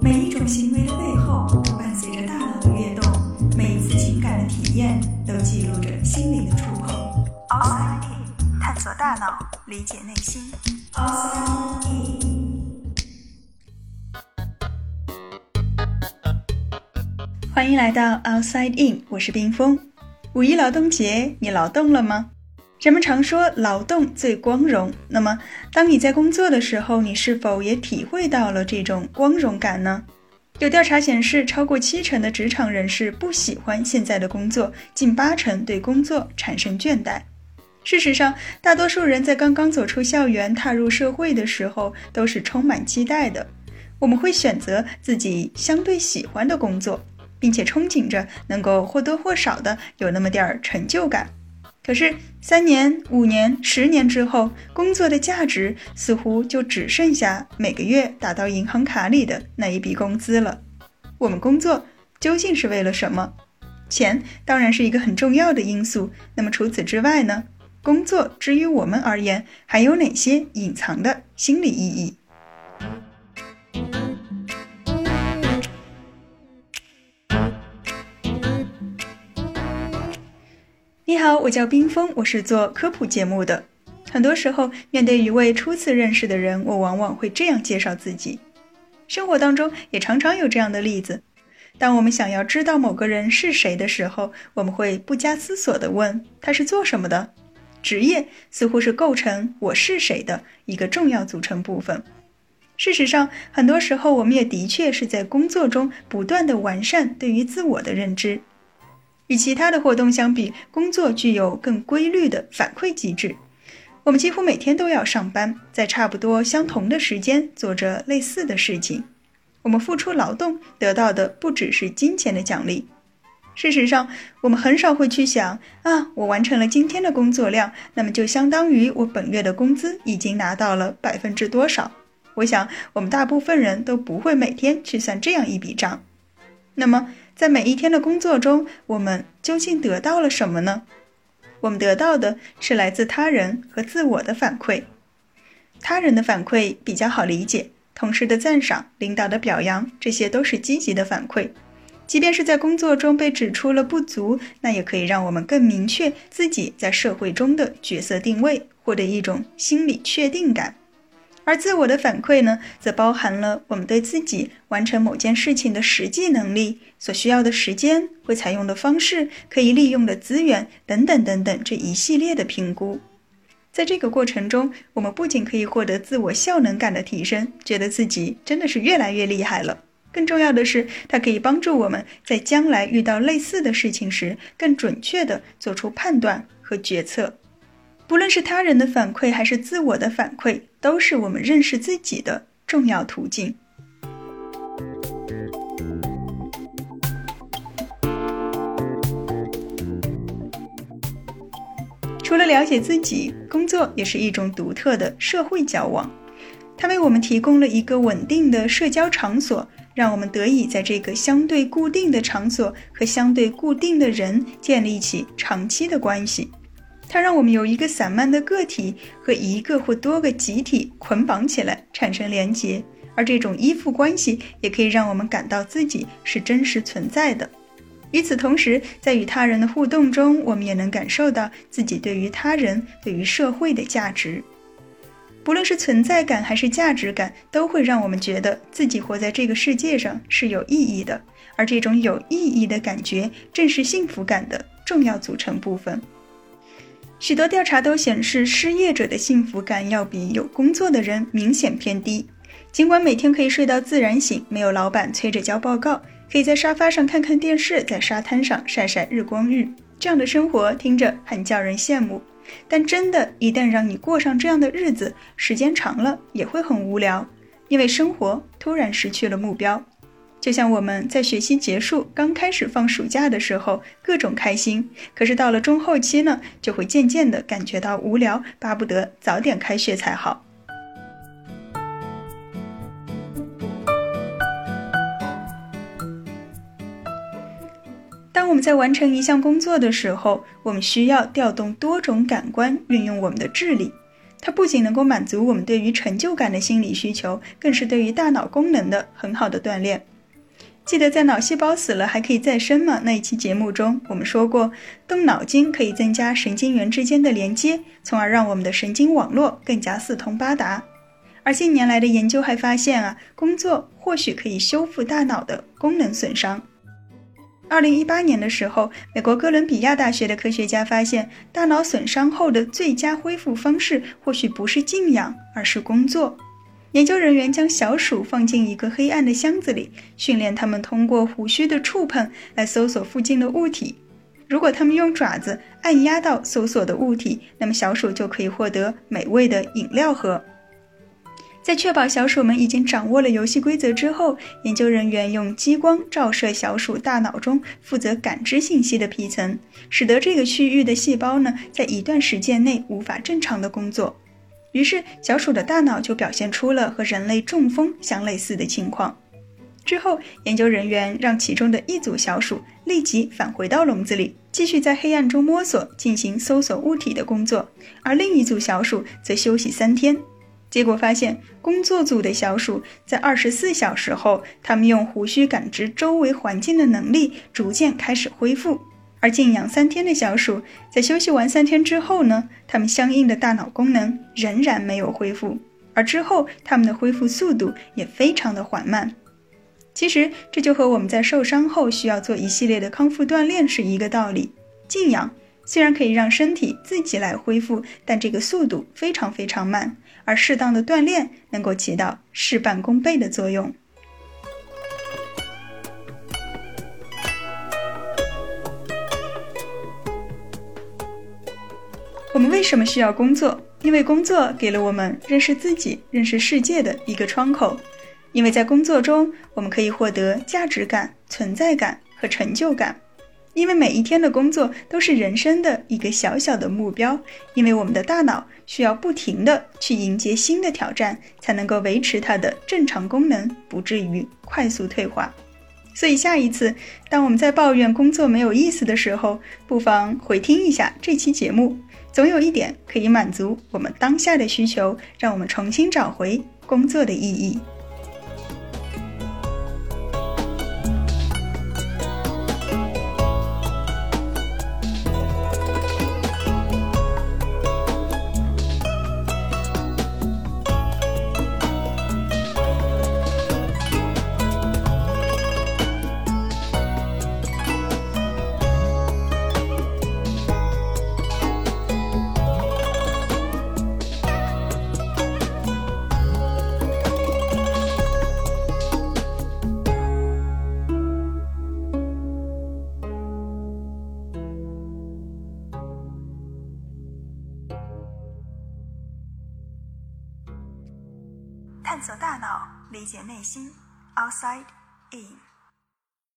每一种行为的背后都伴随着大脑的跃动，每一次情感的体验都记录着心灵的触碰。Outside In， 探索大脑，理解内心。Outside In。欢迎来到 Outside In， 我是冰峰。五一劳动节，你劳动了吗？人们常说劳动最光荣，那么当你在工作的时候，你是否也体会到了这种光荣感呢？有调查显示，超过70%的职场人士不喜欢现在的工作，近80%对工作产生倦怠。事实上，大多数人在刚刚走出校园踏入社会的时候都是充满期待的，我们会选择自己相对喜欢的工作，并且憧憬着能够或多或少的有那么点成就感。可是3年、5年、10年之后，工作的价值似乎就只剩下每个月打到银行卡里的那一笔工资了。我们工作究竟是为了什么？钱当然是一个很重要的因素，那么除此之外呢？工作之于我们而言，还有哪些隐藏的心理意义？你好，我叫冰峰，我是做科普节目的。很多时候，面对一位初次认识的人，我往往会这样介绍自己。生活当中也常常有这样的例子。当我们想要知道某个人是谁的时候，我们会不加思索地问他是做什么的。职业似乎是构成我是谁的一个重要组成部分。事实上，很多时候我们也的确是在工作中不断地完善对于自我的认知。与其他的活动相比，工作具有更规律的反馈机制。我们几乎每天都要上班，在差不多相同的时间做着类似的事情。我们付出劳动，得到的不只是金钱的奖励。事实上，我们很少会去想我完成了今天的工作量，那么就相当于我本月的工资已经拿到了多少。我想我们大部分人都不会每天去算这样一笔账。那么在每一天的工作中，我们究竟得到了什么呢？我们得到的是来自他人和自我的反馈。他人的反馈比较好理解，同事的赞赏、领导的表扬，这些都是积极的反馈。即便是在工作中被指出了不足，那也可以让我们更明确自己在社会中的角色定位，获得一种心理确定感。而自我的反馈呢，则包含了我们对自己完成某件事情的实际能力、所需要的时间、会采用的方式、可以利用的资源等等等等这一系列的评估。在这个过程中，我们不仅可以获得自我效能感的提升，觉得自己真的是越来越厉害了。更重要的是，它可以帮助我们在将来遇到类似的事情时，更准确地做出判断和决策。不论是他人的反馈还是自我的反馈，都是我们认识自己的重要途径。除了了解自己，工作也是一种独特的社会交往。它为我们提供了一个稳定的社交场所，让我们得以在这个相对固定的场所和相对固定的人建立起长期的关系。它让我们由一个散漫的个体和一个或多个集体捆绑起来，产生连结，而这种依附关系也可以让我们感到自己是真实存在的。与此同时，在与他人的互动中，我们也能感受到自己对于他人、对于社会的价值。不论是存在感还是价值感，都会让我们觉得自己活在这个世界上是有意义的，而这种有意义的感觉正是幸福感的重要组成部分。许多调查都显示，失业者的幸福感要比有工作的人明显偏低。尽管每天可以睡到自然醒，没有老板催着交报告，可以在沙发上看看电视，在沙滩上晒晒日光浴，这样的生活听着很叫人羡慕。但真的，一旦让你过上这样的日子，时间长了也会很无聊，因为生活突然失去了目标。就像我们在学习结束刚开始放暑假的时候，各种开心，可是到了中后期呢，就会渐渐地感觉到无聊，巴不得早点开学才好。当我们在完成一项工作的时候，我们需要调动多种感官，运用我们的智力。 它不仅能够满足我们对于成就感的心理需求，更是对于大脑功能的很好的锻炼。记得在脑细胞死了还可以再生吗？那一期节目中我们说过，动脑筋可以增加神经元之间的连接，从而让我们的神经网络更加四通八达。而近年来的研究还发现工作或许可以修复大脑的功能损伤。2018年的时候，美国哥伦比亚大学的科学家发现，大脑损伤后的最佳恢复方式或许不是静养，而是工作。研究人员将小鼠放进一个黑暗的箱子里，训练它们通过胡须的触碰来搜索附近的物体。如果它们用爪子按压到搜索的物体，那么小鼠就可以获得美味的饮料喝。在确保小鼠们已经掌握了游戏规则之后，研究人员用激光照射小鼠大脑中负责感知信息的皮层，使得这个区域的细胞在一段时间内无法正常的工作。于是小鼠的大脑就表现出了和人类中风相类似的情况。之后研究人员让其中的一组小鼠立即返回到笼子里，继续在黑暗中摸索，进行搜索物体的工作，而另一组小鼠则休息3天。结果发现，工作组的小鼠在24小时后，它们用胡须感知周围环境的能力逐渐开始恢复。而静养3天的小鼠在休息完3天之后它们相应的大脑功能仍然没有恢复，而之后它们的恢复速度也非常的缓慢。其实这就和我们在受伤后需要做一系列的康复锻炼是一个道理。静养虽然可以让身体自己来恢复，但这个速度非常非常慢，而适当的锻炼能够起到事半功倍的作用。我们为什么需要工作？因为工作给了我们认识自己、认识世界的一个窗口。因为在工作中，我们可以获得价值感、存在感和成就感。因为每一天的工作都是人生的一个小小的目标。因为我们的大脑需要不停地去迎接新的挑战，才能够维持它的正常功能，不至于快速退化。所以下一次当我们在抱怨工作没有意思的时候，不妨回听一下这期节目，总有一点可以满足我们当下的需求，让我们重新找回工作的意义。探索大脑，理解内心 ，Outside In。